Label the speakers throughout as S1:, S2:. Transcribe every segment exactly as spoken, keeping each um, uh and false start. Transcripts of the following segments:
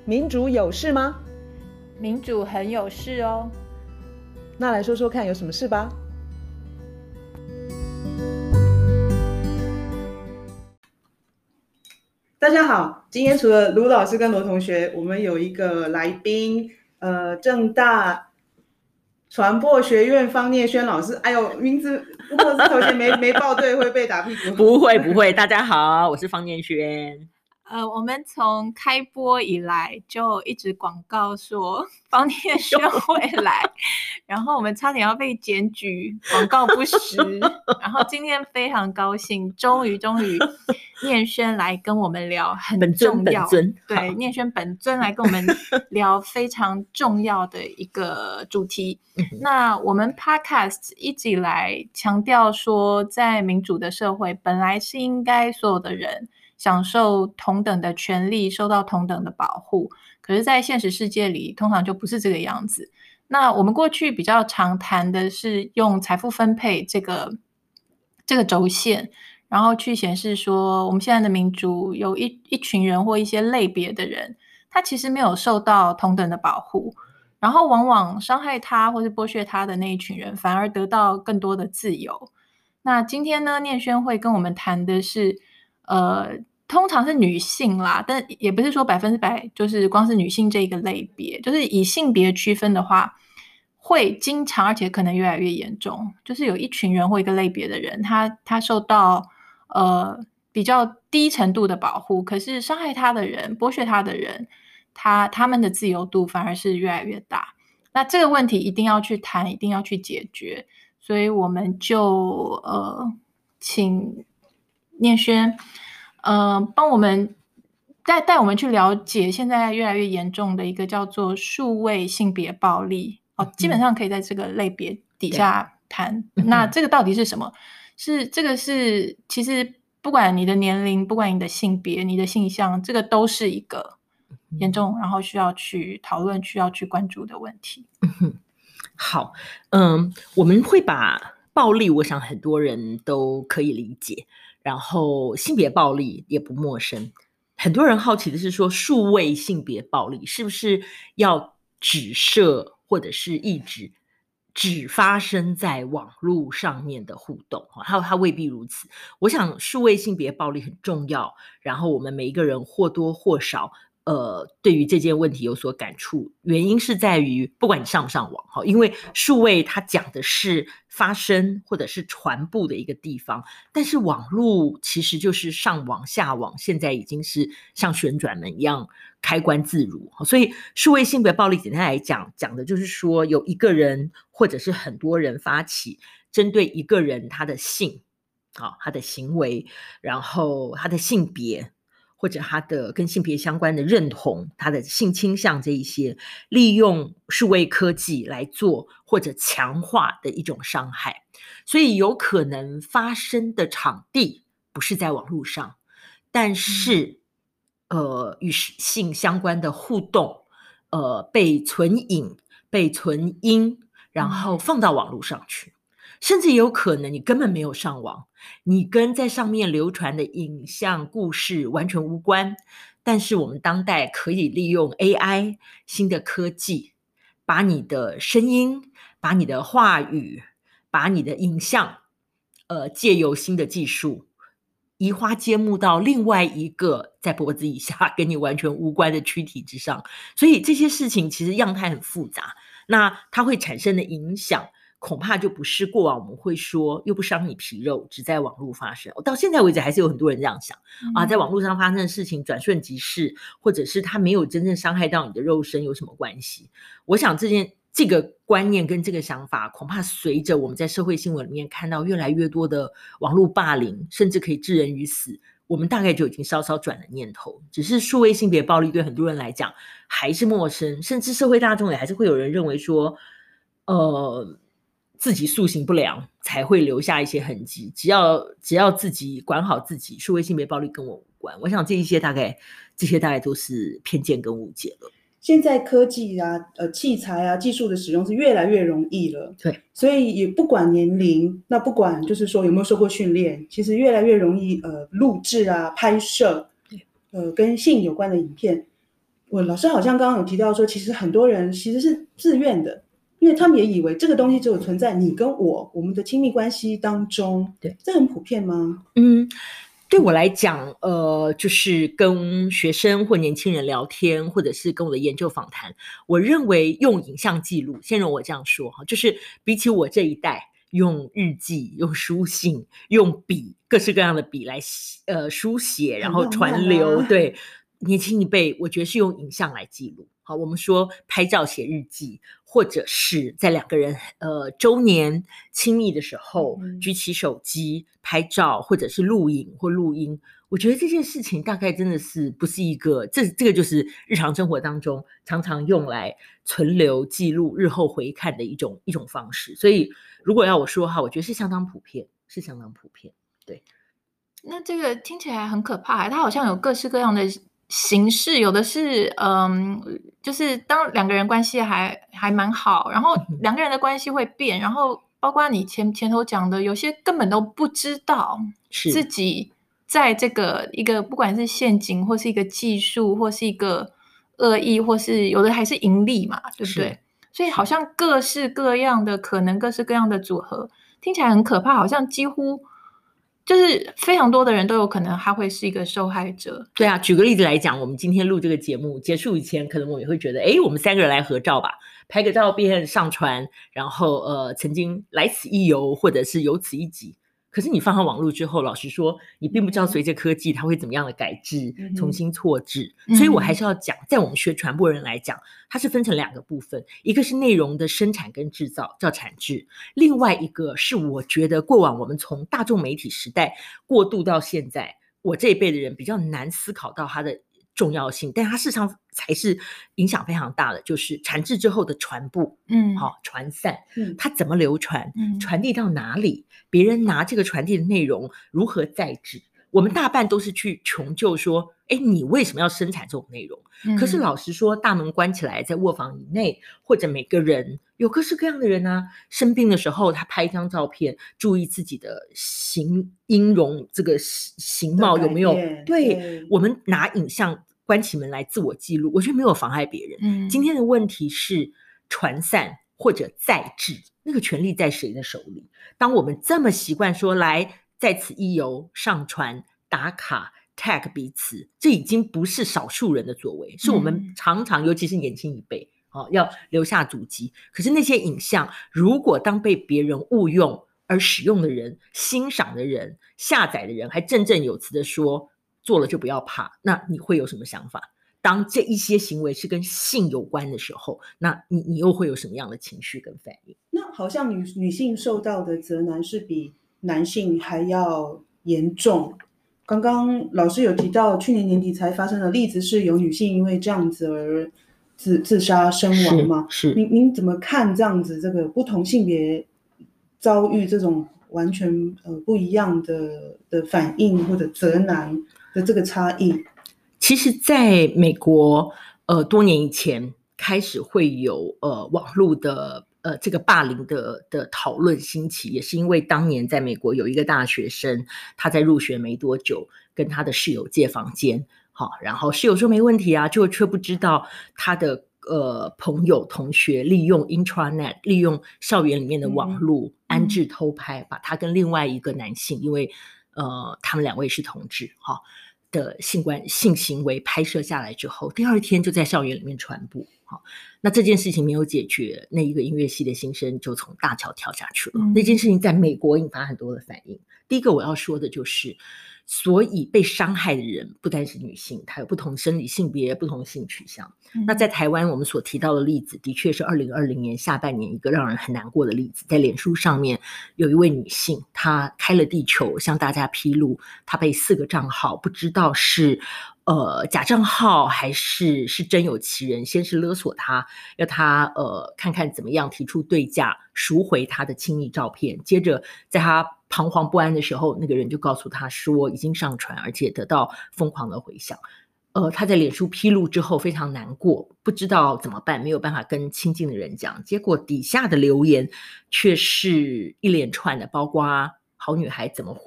S1: 民主有事吗？
S2: 民主很有事哦。
S1: 那来说说看有什么事吧。大家好，今天除了卢老师跟罗同学，我们有一个来宾，呃，政大传播学院方念轩老师。哎呦，名字如果是头衔没没报对，会被打屁股。
S3: 不会不会，大家好，我是方念轩。
S2: 呃，我们从开播以来就一直广告说方念轩会来，然后我们差点要被检举广告不实，然后今天非常高兴，终于终于念轩来跟我们聊很重要，
S3: 本尊本尊
S2: 对，念轩本尊来跟我们聊非常重要的一个主题。那我们 Podcast 一直以来强调说，在民主的社会，本来是应该所有的人享受同等的权利，受到同等的保护，可是在现实世界里通常就不是这个样子。那我们过去比较常谈的是用财富分配这个这个轴线，然后去显示说我们现在的民主有一一群人或一些类别的人，他其实没有受到同等的保护，然后往往伤害他或是剥削他的那一群人反而得到更多的自由。那今天呢，念轩会跟我们谈的是呃，通常是女性啦，但也不是说百分之百就是光是女性这个类别，就是以性别区分的话，会经常而且可能越来越严重，就是有一群人或一个类别的人，他他受到呃比较低程度的保护，可是伤害他的人、剥削他的人，他他们的自由度反而是越来越大。那这个问题一定要去谈，一定要去解决，所以我们就呃请念轩呃帮我们带带我们去了解现在越来越严重的一个叫做数位性别暴力。哦，基本上可以在这个类别底下谈。那这个到底是什么？是这个是其实不管你的年龄，不管你的性别、你的性向，这个都是一个严重，然后需要去讨论、需要去关注的问题。
S3: 好，嗯，我们会把暴力，我想很多人都可以理解，然后性别暴力也不陌生。很多人好奇的是说，数位性别暴力是不是要只设或者是一直只发生在网络上面的互动？它它未必如此。我想数位性别暴力很重要，然后我们每一个人或多或少呃，对于这件问题有所感触，原因是在于不管你上不上网，因为数位它讲的是发生或者是传播的一个地方，但是网络其实就是上网下网，现在已经是像旋转门一样开关自如。所以数位性别暴力简单来讲，讲的就是说有一个人或者是很多人发起针对一个人他的性、他的行为，然后他的性别，或者他的跟性别相关的认同，他的性倾向这一些，利用数位科技来做或者强化的一种伤害。所以有可能发生的场地不是在网络上，但是、嗯、呃，与性相关的互动呃，被存影、被存音，然后放到网络上去。甚至有可能你根本没有上网，你跟在上面流传的影像故事完全无关，但是我们当代可以利用 A I 新的科技，把你的声音，把你的话语，把你的影像呃，借由新的技术移花接木到另外一个在脖子以下跟你完全无关的躯体之上。所以这些事情其实样态很复杂，那它会产生的影响恐怕就不是过往我们会说又不伤你皮肉，只在网络发生。到现在为止还是有很多人这样想、嗯、啊，在网络上发生的事情转瞬即逝，或者是它没有真正伤害到你的肉身有什么关系？我想这件这个观念跟这个想法恐怕随着我们在社会新闻里面看到越来越多的网络霸凌，甚至可以致人于死，我们大概就已经稍稍转了念头。只是数位性别暴力对很多人来讲还是陌生，甚至社会大众也还是会有人认为说呃自己素行不良才会留下一些痕迹，只要只要自己管好自己，数位性别暴力跟我无关。我想这一些大概这些大概都是偏见跟误解了。
S1: 现在科技啊、呃器材啊、技术的使用是越来越容易了，
S3: 对，
S1: 所以也不管年龄，那不管就是说有没有受过训练，其实越来越容易呃录制啊、拍摄，呃跟性有关的影片。 我老师好像刚刚有提到说，其实很多人其实是自愿的，因为他们也以为这个东西只有存在你跟我我们的亲密关系当中。
S3: 对，
S1: 这很普遍吗？
S3: 嗯，对我来讲，呃，就是跟学生或年轻人聊天，或者是跟我的研究访谈，我认为用影像记录，先容我这样说哈，就是比起我这一代用日记、用书信、用笔，各式各样的笔来呃书写，然后传流，
S1: 啊、
S3: 对。年轻一辈，我觉得是用影像来记录。好，我们说拍照写日记，或者是在两个人呃周年亲密的时候，
S1: 嗯、
S3: 举起手机拍照，或者是录影或录音。我觉得这件事情大概真的是不是一个，这这个就是日常生活当中常常用来存留记录、日后回看的一种一种方式。所以，如果要我说哈，我觉得是相当普遍，是相当普遍。对，
S2: 那这个听起来很可怕，它好像有各式各样的形式，有的是嗯，就是当两个人关系还还蛮好，然后两个人的关系会变，然后包括你前前头讲的，有些根本都不知道自己在这个一个不管是陷阱或是一个技术或是一个恶意，或是有的还是盈利嘛，对不对？所以好像各式各样的可能，各式各样的组合，听起来很可怕，好像几乎。就是非常多的人都有可能他会是一个受害者。
S3: 对啊，举个例子来讲，我们今天录这个节目结束以前，可能我们也会觉得，哎，我们三个人来合照吧，拍个照片上传，然后呃，曾经来此一游，或者是有此一集。可是你放上网络之后，老实说，你并不知道随着科技它会怎么样的改制、嗯、重新错置。所以我还是要讲，在我们学传播人来讲，它是分成两个部分，一个是内容的生产跟制造，叫产制；另外一个是我觉得过往我们从大众媒体时代过渡到现在，我这一辈的人比较难思考到它的重要性，但它事实上才是影响非常大的，就是产制之后的传播，嗯，好、哦，传散，嗯，它怎么流传，嗯，传递到哪里，别人拿这个传递的内容如何再制，我们大半都是去穷究说，哎，你为什么要生产这种内容？嗯、可是老实说，大门关起来，在卧房以内，或者每个人有各式各样的人啊，生病的时候，他拍一张照片，注意自己的形音容，这个形貌有没有？对，对我们拿影像关起门来自我记录，我觉得没有妨碍别人。嗯，今天的问题是传散或者再制，那个权利在谁的手里？当我们这么习惯说来在此一游、上传、打卡。tag 彼此，这已经不是少数人的作为，是我们常常，嗯、尤其是年轻一辈，哦，要留下足迹。可是那些影像，如果当被别人误用而使用的人、欣赏的人、下载的人，还振振有词的说做了就不要怕，那你会有什么想法？当这一些行为是跟性有关的时候，那你你又会有什么样的情绪跟反应？
S1: 那好像女女性受到的责难是比男性还要严重。刚刚老师有提到，去年年底才发生的例子是有女性因为这样子而自自杀身亡吗？
S3: 是。是
S1: 您您怎么看这样子这个不同性别遭遇这种完全呃不一样的的反应或者责难的这个差异？
S3: 其实，在美国，呃，多年以前开始会有呃网络的。呃，这个霸凌的的讨论兴起，也是因为当年在美国有一个大学生，他在入学没多久，跟他的室友借房间，好，然后室友说没问题啊，就却不知道他的呃朋友同学利用 intranet， 利用校园里面的网络、嗯、安置偷拍，把他跟另外一个男性，因为呃他们两位是同志，哈。的性关性行为拍摄下来之后，第二天就在校园里面传播。好，那这件事情没有解决，那一个音乐系的新生就从大桥跳下去了。嗯、那件事情在美国引发很多的反应。第一个我要说的就是，所以被伤害的人不单是女性，她有不同生理性别、不同性取向。嗯、那在台湾，我们所提到的例子，的确是二零二零年下半年一个让人很难过的例子。在脸书上面，有一位女性，她开了地球，向大家披露，她被四个账号，不知道是。呃，假账号还是是真有其人，先是勒索他，要他呃看看怎么样提出对价，赎回他的亲密照片。接着在他彷徨不安的时候，那个人就告诉他说已经上传，而且得到疯狂的回响。呃，他在脸书披露之后非常难过，不知道怎么办，没有办法跟亲近的人讲。结果底下的留言却是一连串的，包括好女孩怎么会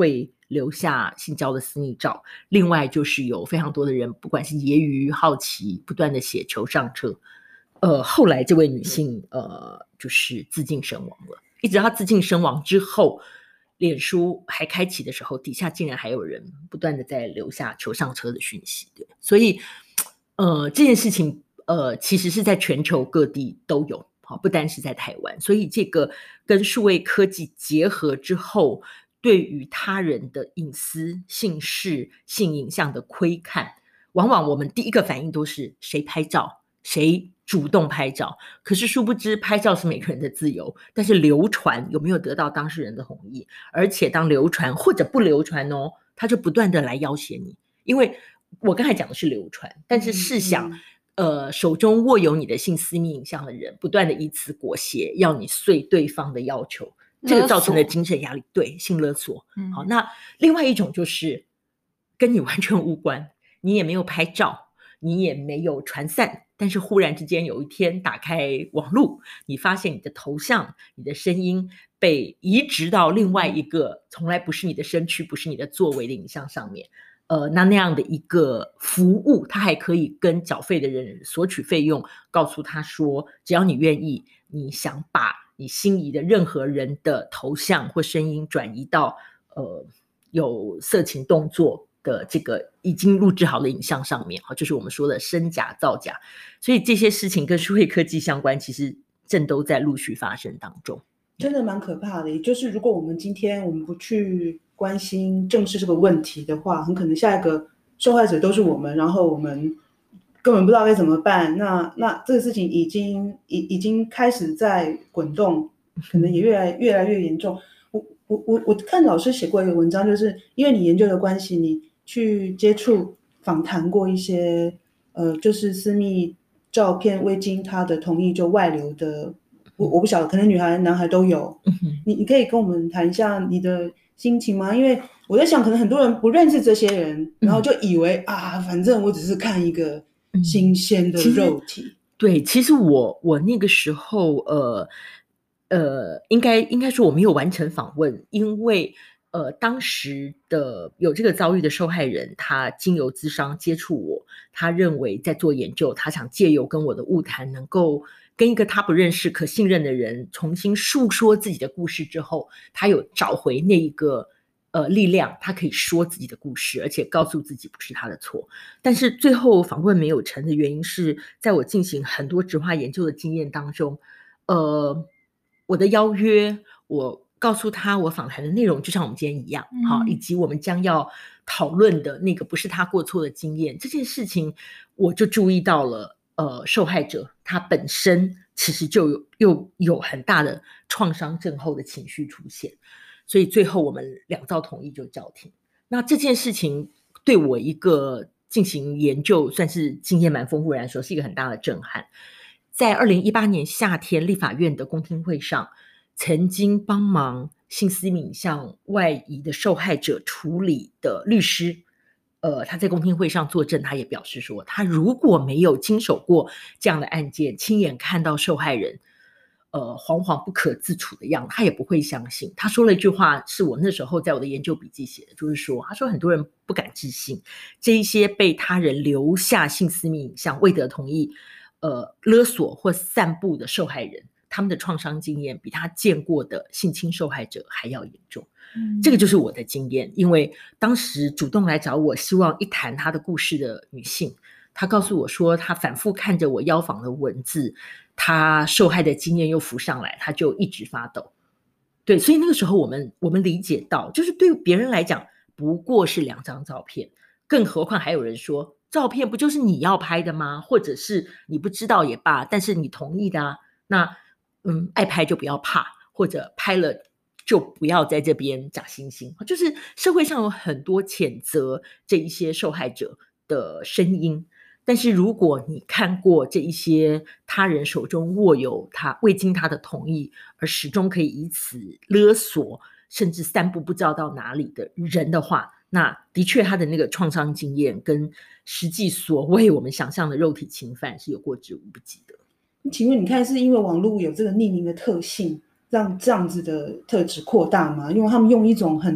S3: 留下性交的私密照，另外就是有非常多的人不管是揶揄好奇不断的写求上车。呃，后来这位女性呃就是自尽身亡了，一直到她自尽身亡之后，脸书还开启的时候，底下竟然还有人不断的在留下求上车的讯息。对，所以呃这件事情呃其实是在全球各地都有，好，不单是在台湾。所以这个跟数位科技结合之后，对于他人的隐私、性事、性影像的窥看，往往我们第一个反应都是谁拍照，谁主动拍照。可是殊不知拍照是每个人的自由，但是流传有没有得到当事人的同意，而且当流传或者不流传哦，他就不断的来要挟你。因为我刚才讲的是流传，但是试想、嗯、呃，手中握有你的性私密影像的人不断的以此裹挟要你遂对方的要求，这个造成的精神压力，对，性勒索、嗯、好，那另外一种就是跟你完全无关，你也没有拍照，你也没有传散，但是忽然之间有一天打开网络，你发现你的头像、你的声音被移植到另外一个从来不是你的身躯、不是你的作为的影像上面。呃，那那样的一个服务，他还可以跟缴费的人索取费用，告诉他说，只要你愿意，你想把你心仪的任何人的头像或声音转移到呃有色情动作的这个已经录制好的影像上面，就是我们说的真假造假。所以这些事情跟数位科技相关，其实正都在陆续发生当中。
S1: 真的蛮可怕的，也就是如果我们今天我们不去关心正视这个问题的话，很可能下一个受害者都是我们，然后我们根本不知道该怎么办。那那这个事情已经已已经开始在滚动，可能也越来越来越严重。我我我我看老师写过一个文章，就是因为你研究的关系，你去接触访谈过一些呃，就是私密照片未经他的同意就外流的。我我不晓得，可能女孩男孩都有。你你可以跟我们谈一下你的心情吗？因为我在想，可能很多人不认识这些人，然后就以为、嗯、啊，反正我只是看一个新鲜的肉体。
S3: 嗯、对，其实我我那个时候呃呃，应该应该说我没有完成访问，因为呃当时的有这个遭遇的受害人，他经由咨商接触我，他认为在做研究，他想借由跟我的晤谈能够跟一个他不认识可信任的人重新述说自己的故事之后，他有找回那一个呃力量，他可以说自己的故事，而且告诉自己不是他的错。但是最后访问没有成的原因是在我进行很多质化研究的经验当中，呃，我的邀约，我告诉他我访谈的内容就像我们今天一样、嗯、好，以及我们将要讨论的那个不是他过错的经验，这件事情我就注意到了呃，受害者他本身其实就有又有很大的创伤症候的情绪出现，所以最后我们两造同意就叫停。那这件事情对我一个进行研究算是经验蛮丰富来说是一个很大的震撼。在二零一八年夏天立法院的公听会上，曾经帮忙性私密影像外移的受害者处理的律师呃，他在公听会上作证，他也表示说，他如果没有经手过这样的案件，亲眼看到受害人呃惶惶不可自处的样子，他也不会相信。他说了一句话，是我那时候在我的研究笔记写的，就是说，他说很多人不敢置信，这一些被他人留下性私密影像未得同意呃勒索或散布的受害人，他们的创伤经验比他见过的性侵受害者还要严重。嗯、这个就是我的经验，因为当时主动来找我希望一谈她的故事的女性，她告诉我说她反复看着我邀访的文字，她受害的经验又浮上来，她就一直发抖。对，所以那个时候我们我们理解到，就是对别人来讲不过是两张照片，更何况还有人说照片不就是你要拍的吗？或者是你不知道也罢，但是你同意的啊，那嗯，爱拍就不要怕，或者拍了就不要在这边假惺惺。就是社会上有很多谴责这一些受害者的声音，但是如果你看过这一些他人手中握有他未经他的同意而始终可以以此勒索甚至散布不知道到哪里的人的话，那的确他的那个创伤经验跟实际所谓我们想象的肉体侵犯是有过之无不及的。
S1: 请问你看是因为网络有这个匿名的特性让这样子的特质扩大吗？因为他们用一种很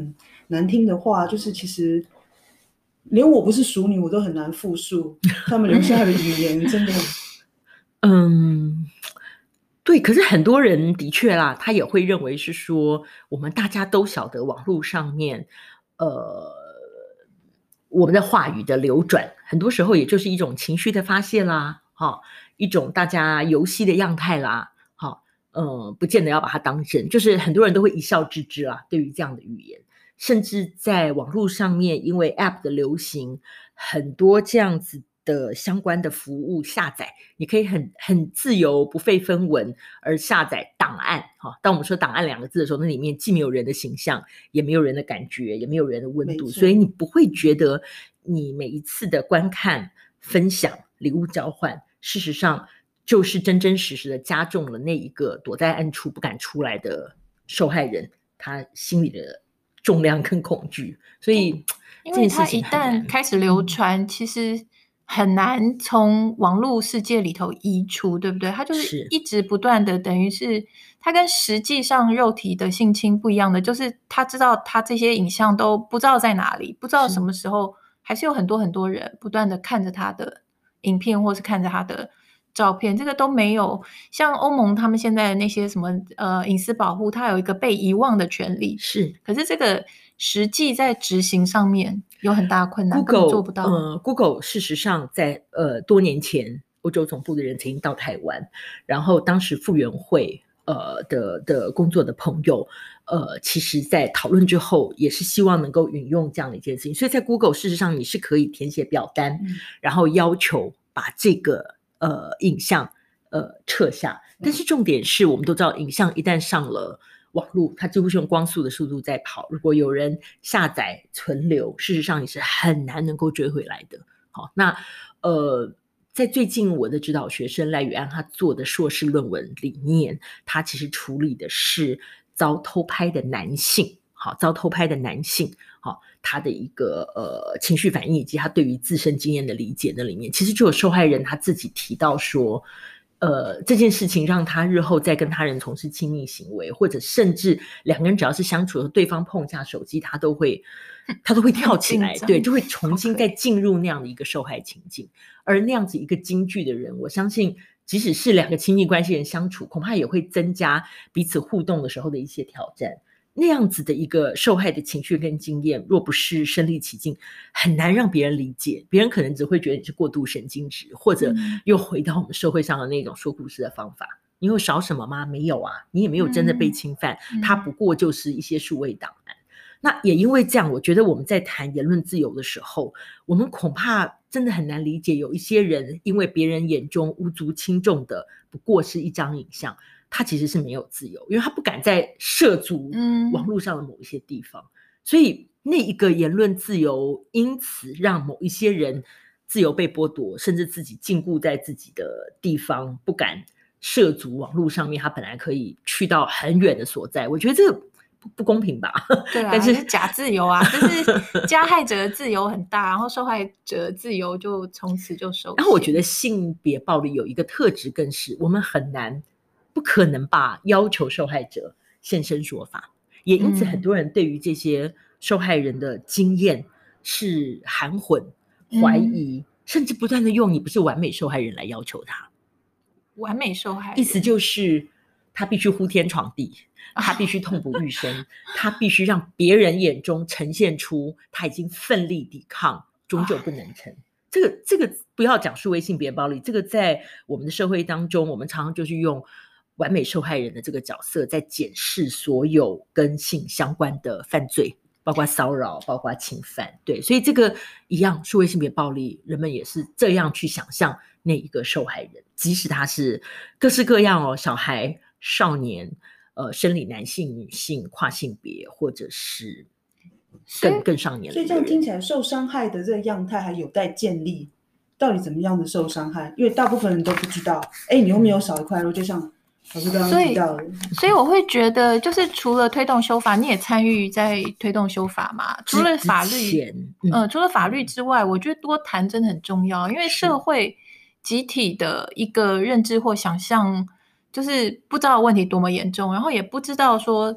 S1: 难听的话，就是其实连我不是熟女我都很难复述他们留下的语言，真的。
S3: 嗯，对，可是很多人的确啦，他也会认为是说，我们大家都晓得网络上面，呃，我们的话语的流转，很多时候也就是一种情绪的发泄啦，哈，一种大家游戏的样态啦，哈，呃，不见得要把它当真，就是很多人都会一笑置之啦，对于这样的语言，甚至在网络上面，因为 App 的流行，很多这样子的相关的服务下载，你可以很很自由不费分文而下载档案哈。当我们说档案两个字的时候，那里面既没有人的形象，也没有人的感觉，也没有人的温度，所以你不会觉得你每一次的观看、分享、礼物交换，事实上就是真真实实的加重了那一个躲在暗处不敢出来的受害人他心里的重量跟恐惧。所以
S2: 因为它一旦开始流传、嗯、其实很难从网络世界里头移除，对不对？它就是一直不断的，等于是它跟实际上肉体的性侵不一样的，就是他知道他这些影像都不知道在哪里，不知道什么时候，还是有很多很多人不断的看着他的影片或是看着他的照片，这个都没有像欧盟他们现在的那些什么呃隐私保护，它有一个被遗忘的权利，
S3: 是，
S2: 可是这个实际在执行上面有很大的困难
S3: Google
S2: 根本做不到。
S3: 呃 Google 事实上在呃多年前欧洲总部的人曾经到台湾，然后当时复原会呃的的工作的朋友呃其实在讨论之后也是希望能够运用这样的一件事情，所以在 Google 事实上你是可以填写表单、嗯、然后要求把这个呃影像呃撤下，但是重点是我们都知道影像一旦上了网络，它几乎是用光速的速度在跑，如果有人下载存留，事实上你是很难能够追回来的。好，那呃在最近我的指导学生赖宇安他做的硕士论文里面，他其实处理的是遭偷拍的男性，好，遭偷拍的男性，好，他的一个呃情绪反应以及他对于自身经验的理解，那里面其实就有受害人他自己提到说呃，这件事情让他日后再跟他人从事亲密行为，或者甚至两个人只要是相处的对方碰一下手机，他都会他都会跳起来，对，就会重新再进入那样的一个受害情境。而那样子一个京剧的人，我相信即使是两个亲密关系人相处，恐怕也会增加彼此互动的时候的一些挑战。那样子的一个受害的情绪跟经验，若不是身临其境，很难让别人理解，别人可能只会觉得你是过度神经质，或者又回到我们社会上的那种说故事的方法。你有少什么吗？没有啊，你也没有真的被侵犯，嗯、它不过就是一些数位档案。那也因为这样，我觉得我们在谈言论自由的时候，我们恐怕真的很难理解，有一些人因为别人眼中无足轻重的不过是一张影像，他其实是没有自由，因为他不敢再涉足网络上的某一些地方、嗯、所以那一个言论自由因此让某一些人自由被剥夺，甚至自己禁锢在自己的地方，不敢涉足网络上面他本来可以去到很远的所在。我觉得这个不, 不公平吧？
S2: 对啊，
S3: 但是
S2: 是假自由啊，就是加害者的自由很大，然后受害者的自由就从此就受限。
S3: 然后我觉得性别暴力有一个特质，更是我们很难不可能吧要求受害者现身说法，也因此很多人对于这些受害人的经验是含混、怀疑、嗯、甚至不断的用你不是完美受害人来要求他。
S2: 完美受害人
S3: 意思就是他必须呼天闯地，他必须痛不欲生他必须让别人眼中呈现出他已经奋力抵抗，终究不能成。这个这个不要讲数位性别暴力，这个在我们的社会当中，我们常常就是用完美受害人的这个角色在检视所有跟性相关的犯罪，包括骚扰，包括侵犯。对，所以这个一样，数位性别暴力人们也是这样去想象那一个受害人，即使他是各式各样哦，小孩、少年、呃，生理男性、女性、跨性别，或者是更更上年龄的人。
S1: 所以这样听起来，受伤害的这个样态还有待建立，到底怎么样的受伤害？因为大部分人都不知道，哎，你又没有少一块肉，就像老师刚刚提到的。
S2: 所以，所以我会觉得，就是除了推动修法，你也参与在推动修法嘛？除了法律，嗯、呃，除了法律之外，我觉得多谈真的很重要，因为社会集体的一个认知或想象，就是不知道问题多么严重，然后也不知道说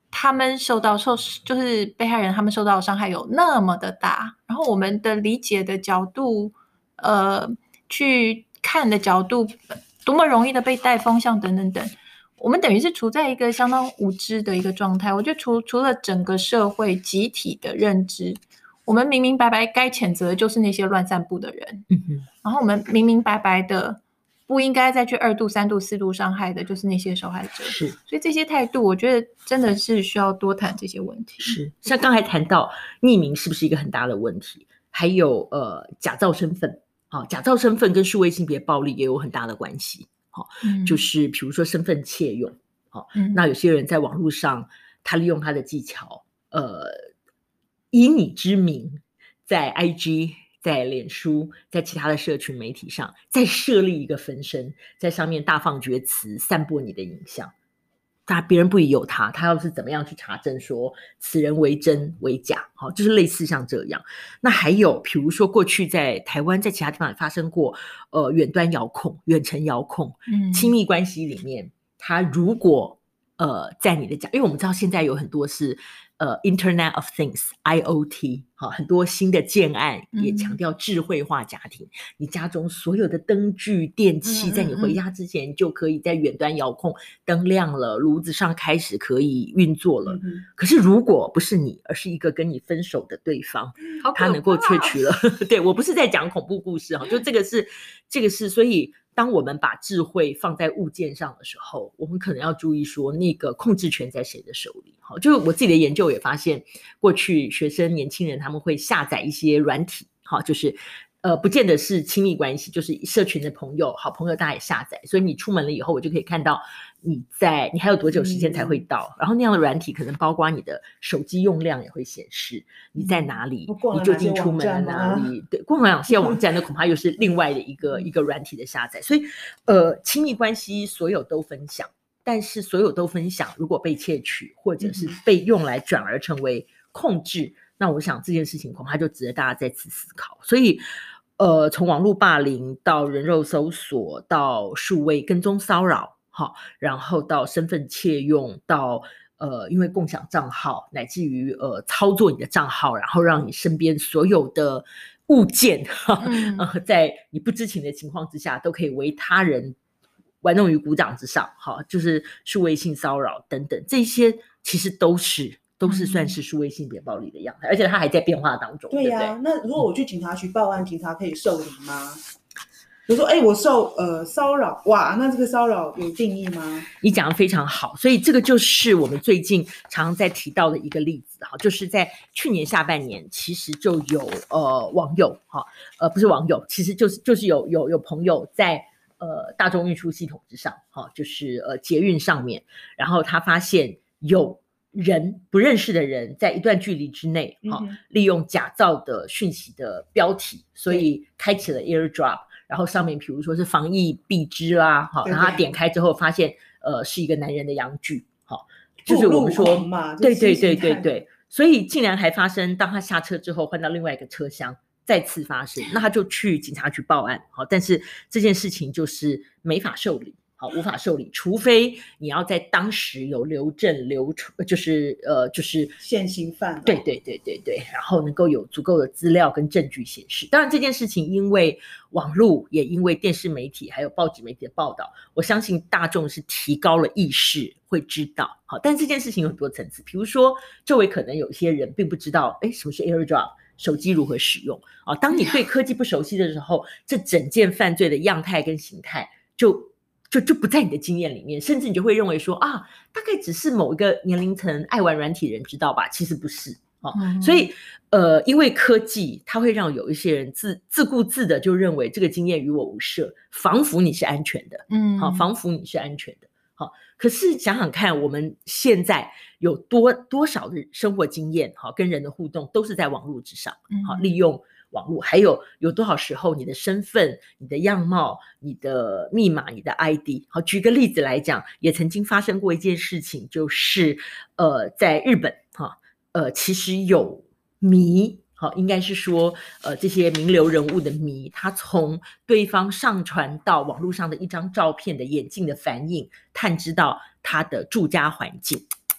S2: 他们受到受就是被害人他们受到的伤害有那么的大，然后我们的理解的角度，呃，去看的角度，多么容易的被带风向等等等。我们等于是处在一个相当无知的一个状态。我觉得除除了整个社会集体的认知，我们明明白白该谴责的就是那些乱散步的人，
S3: 嗯哼，
S2: 然后我们明明白白的不应该再去二度、三度、四度伤害的就是那些受害者。
S3: 是，
S2: 所以这些态度，我觉得真的是需要多谈这些问题。
S3: 是，像刚才谈到匿名是不是一个很大的问题，还有呃假造身份，好、哦，假造身份跟数位性别暴力也有很大的关系。
S2: 嗯、
S3: 就是比如说身份窃用、哦
S2: 嗯、
S3: 那有些人在网络上他利用他的技巧，呃，以你之名在 I G 在脸书在其他的社群媒体上再设立一个分身，在上面大放厥词散播你的影像，他别人不疑有他，他要是怎么样去查证说此人为真为假、哦、就是类似像这样。那还有比如说过去在台湾在其他地方也发生过呃远端遥控远程遥控、嗯、亲密关系里面他如果呃在你的家，因为我们知道现在有很多是呃 Internet of Things I O T、哦、很多新的建案也强调智慧化家庭、嗯、你家中所有的灯具电器在你回家之前就可以在远端遥控，灯亮了炉子上开始可以运作了、嗯、可是如果不是你而是一个跟你分手的对方，他能够窃取了对，我不是在讲恐怖故事、哦、就这个是这个是所以当我们把智慧放在物件上的时候，我们可能要注意说那个控制权在谁的手里。好，就我自己的研究也发现，过去学生年轻人他们会下载一些软体，好，就是呃，不见得是亲密关系，就是社群的朋友好朋友大家也下载，所以你出门了以后我就可以看到你在你还有多久时间才会到、嗯、然后那样的软体可能包括你的手机用量也会显示你在哪里、嗯、你究竟出门了哪里，对，逛了哪些网站那恐怕又是另外的一个一个软体的下载。所以呃，亲密关系所有都分享，但是所有都分享如果被窃取或者是被用来转而成为控制、嗯、那我想这件事情恐怕就值得大家再次思考。所以呃，从网络霸凌到人肉搜索到数位跟踪骚扰，好，然后到身份窃用，到呃，因为共享账号，乃至于呃操作你的账号，然后让你身边所有的物件、嗯呃、在你不知情的情况之下都可以为他人玩弄于股掌之上，好，就是数位性骚扰等等，这些其实都是都是算是数位性别暴力的样态、嗯、而且它还在变化当中。
S1: 对呀、
S3: 啊，
S1: 那如果我去警察局报案、嗯、警察可以受理吗？比如说哎，我受呃骚扰，哇，那这个骚扰有定义吗？
S3: 你讲得非常好，所以这个就是我们最近常常在提到的一个例子，就是在去年下半年其实就有呃网友呃不是网友，其实就是就是有有有朋友在呃大众运输系统之上，就是呃捷运上面，然后他发现有人不认识的人在一段距离之内、嗯、利用假造的讯息的标题，所以开启了 AirDrop， 然后上面比如说是防疫必知啦，然后他点开之后发现呃是一个男人的阳具，就是我们说对对对对对，所以竟然还发生当他下车之后换到另外一个车厢再次发生，那他就去警察局报案，但是这件事情就是没法受理，好，无法受理，除非你要在当时有留证留就是呃就是
S1: 现行犯、哦、
S3: 对对对对对，然后能够有足够的资料跟证据显示。当然这件事情因为网络也因为电视媒体还有报纸媒体的报道，我相信大众是提高了意识会知道，好，但这件事情有很多层次，比如说周围可能有些人并不知道诶什么是 AirDrop，手机如何使用、哦、当你对科技不熟悉的时候，这整件犯罪的样态跟形态就就就不在你的经验里面，甚至你就会认为说啊，大概只是某一个年龄层爱玩软体的人知道吧，其实不是、哦嗯、所以呃，因为科技它会让有一些人自自顾自的就认为这个经验与我无涉，仿佛你是安全的，嗯，好，仿佛你是安全的，好，可是想想看，我们现在有多多少的生活经验，好，跟人的互动都是在网络之上，好，利用网络，还有有多少时候你的身份、你的样貌、你的密码、你的 I D， 好，举个例子来讲，也曾经发生过一件事情，就是呃，在日本哈，呃，其实有迷。好，应该是说，呃，这些名流人物的迷，他从对方上传到网络上的一张照片的眼镜的反应，探知到他的住家环境，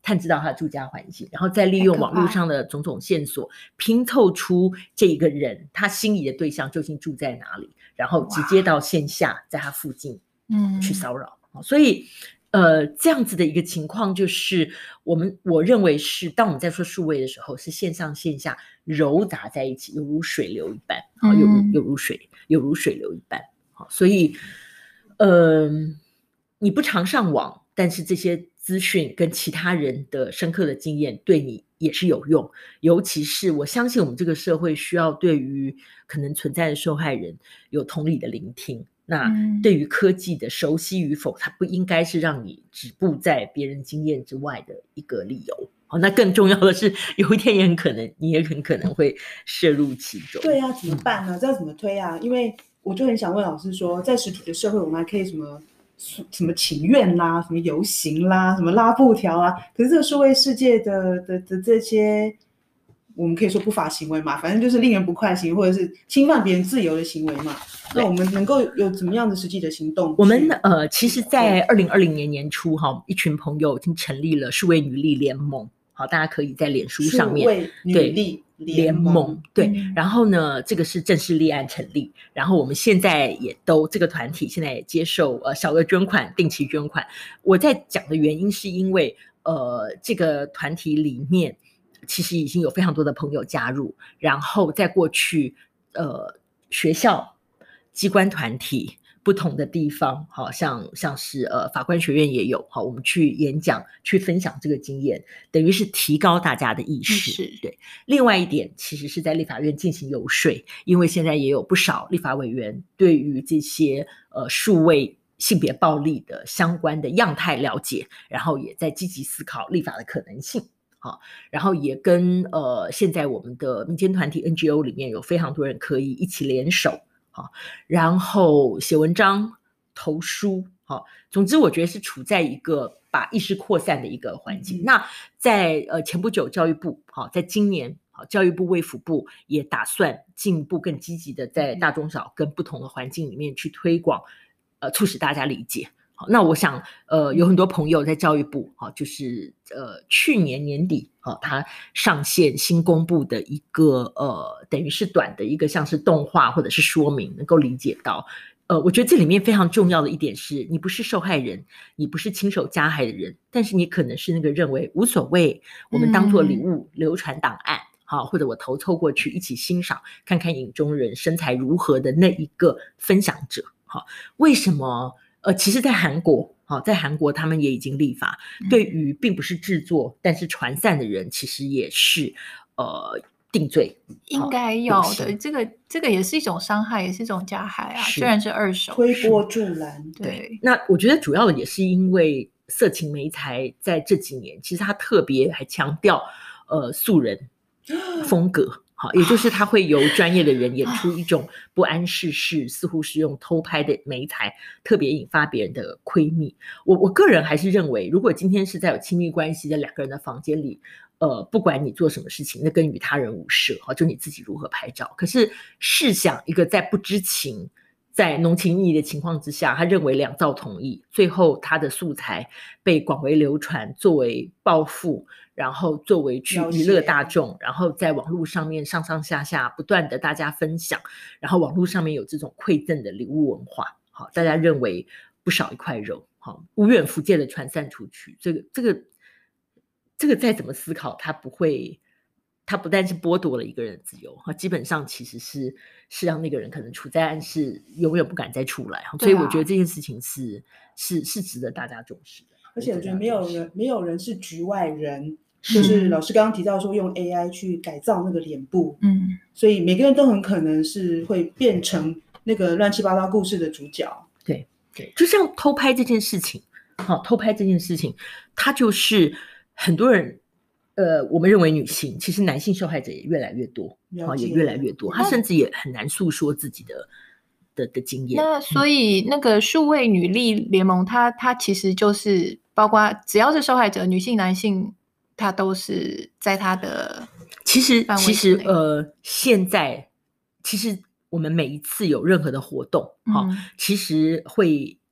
S3: 探知到他的住家环境，然后再利用网络上的种种线索拼凑出这一个人他心仪的对象究竟住在哪里，然后直接到线下在他附近去骚扰。嗯、所以呃，这样子的一个情况，就是我们我认为是，当我们在说数位的时候，是线上线下糅杂在一起，犹如水流一般，好、嗯，有如有如水，有如水流一般，好，所以，呃，你不常上网，但是这些资讯跟其他人的深刻的经验对你也是有用，尤其是我相信我们这个社会需要对于可能存在的受害人有同理的聆听。那对于科技的熟悉与否，它不应该是让你止步在别人经验之外的一个理由。好，那更重要的是，有一天也很可能，你也很可能会涉入其中。
S1: 对啊，怎么办呢？这要怎么推啊？因为我就很想问老师说，在实体的社会，我们还可以什么什么请愿啦，什么游行啦，什么拉布条啊？可是这个数位世界的的的这些。我们可以说不法行为嘛，反正就是令人不快的行为，或者是侵犯别人自由的行为嘛。那我们能够有怎么样的实际的行动？
S3: 我们呃，其实，在二零二零年年初哈，一群朋友已经成立了数位女力联盟。好，大家可以在脸书上面
S1: 数位女力联盟
S3: 对、嗯，然后呢，这个是正式立案成立，然后我们现在也都这个团体现在也接受呃小额捐款、定期捐款。我在讲的原因是因为呃，这个团体里面。其实已经有非常多的朋友加入，然后在过去，呃，学校、机关团体不同的地方，好像像是呃法官学院也有，好，我们去演讲、去分享这个经验，等于是提高大家的意识。嗯、对，另外一点其实是在立法院进行游说，因为现在也有不少立法委员对于这些呃数位性别暴力的相关的样态了解，然后也在积极思考立法的可能性。然后也跟呃现在我们的民间团体 N G O 里面有非常多人可以一起联手，然后写文章、投书，总之我觉得是处在一个把意识扩散的一个环境。嗯、那在呃前不久教育部，在今年教育部卫福部也打算进一步更积极的在大中小跟不同的环境里面去推广，呃促使大家理解。好，那我想，呃，有很多朋友在教育部，哈、哦，就是呃去年年底，哈、哦，他上线新公布的一个呃，等于是短的一个像是动画或者是说明，能够理解到，呃，我觉得这里面非常重要的一点是，你不是受害人，你不是亲手加害的人，但是你可能是那个认为无所谓，我们当做礼物流传档案，好、嗯，或者我头凑过去一起欣赏，看看影中人身材如何的那一个分享者，好、哦，为什么？呃，其实在韩国，好、哦，在韩国他们也已经立法，嗯、对于并不是制作但是传散的人，其实也是呃定罪，
S2: 应该要的。这个这个也是一种伤害，也是一种加害啊，虽然是二手
S1: 推波助澜。
S2: 对，
S3: 对那我觉得主要的也是因为色情媒材在这几年，其实他特别还强调呃素人风格。好，也就是他会由专业的人演出一种不谙世事，似乎是用偷拍的媒材，特别引发别人的窥密。我我个人还是认为，如果今天是在有亲密关系的两个人的房间里，呃，不管你做什么事情，那跟与他人无涉，哈，就你自己如何拍照。可是试想一个在不知情、在浓情蜜意的情况之下，他认为两造同意，最后他的素材被广为流传，作为报复。然后作为去娱乐大众，然后在网络上面上上下下不断的大家分享，然后网络上面有这种馈赠的礼物文化，好，大家认为不少一块肉，好，无远弗届的传散出去，这个这个这个再怎么思考，它不会，它不但是剥夺了一个人的自由，基本上其实是是让那个人可能处在暗室，永远不敢再出来，所以我觉得这件事情是、啊、是是值得大家重视的。
S1: 而且我觉得没有人没有人是局外人。就是老师刚刚提到说用 A I 去改造那个脸部，嗯，所以每个人都很可能是会变成那个乱七八糟故事的主角。
S3: 对对，就像偷拍这件事情，好，偷拍这件事情，它就是很多人，呃，我们认为女性，其实男性受害者也越来越多，好，也越来越多，他甚至也很难诉说自己的的的经验。
S2: 那所以那个数位女力联盟，它它其实就是包括只要是受害者，女性、男性。他都是在他的
S3: 其实其实呃，现在其实我们每一次有任何的活动，哈、嗯，其实会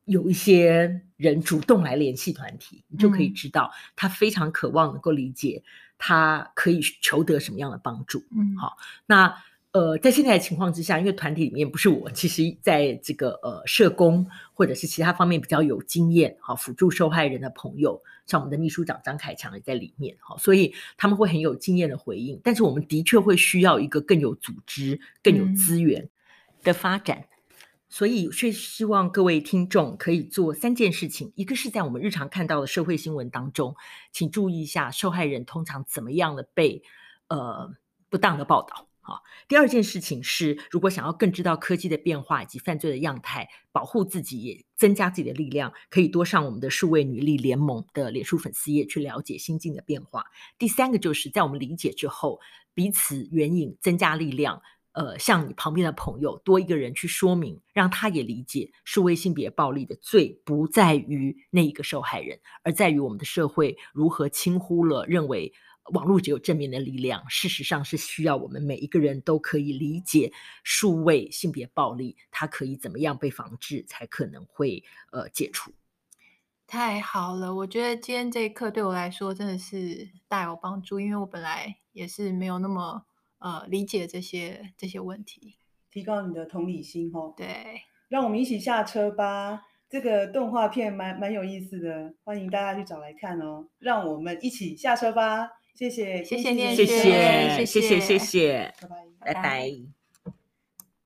S3: 有一些人主动来联系团体，你就可以
S2: 嗯
S3: 知道他非常渴望能够理解他可以求得什么样的帮助。
S2: 嗯，
S3: 好，那呃，在现在的情况之下，因为团体里面不是我，其实在这个呃社工或者是其他方面比较有经验，好辅助受害人的朋友，像我们的秘书长张凯强也在里面，好，所以他们会很有经验的回应。但是我们的确会需要一个更有组织、更有资源的发展。所以是希望各位听众可以做三件事情，一个是在我们日常看到的社会新闻当中，请注意一下受害人通常怎么样的被呃不当的报道。好，第二件事情是，如果想要更知道科技的变化以及犯罪的样态，保护自己也增加自己的力量，可以多上我们的数位女力联盟的脸书粉丝页去了解新进的变化。第三个就是在我们理解之后，彼此援引，增加力量。呃，向你旁边的朋友多一个人去说明，让他也理解数位性别暴力的罪不在于那一个受害人，而在于我们的社会如何轻忽了认为网络只有正面的力量，事实上是需要我们每一个人都可以理解数位性别暴力它可以怎么样被防治，才可能会呃解除。
S2: 太好了，我觉得今天这一课对我来说真的是大有帮助，因为我本来也是没有那么呃理解这些这些问题。
S1: 提高你的同理心哦。
S2: 对，
S1: 让我们一起下车吧。这个动画片蛮蛮有意思的，欢迎大家去找来看哦。让我们一起下车吧。谢谢，
S2: 谢谢
S1: 金星
S2: 念
S3: 谢
S2: 轩
S3: 谢，谢谢，谢谢，
S1: 拜拜。
S3: 拜拜。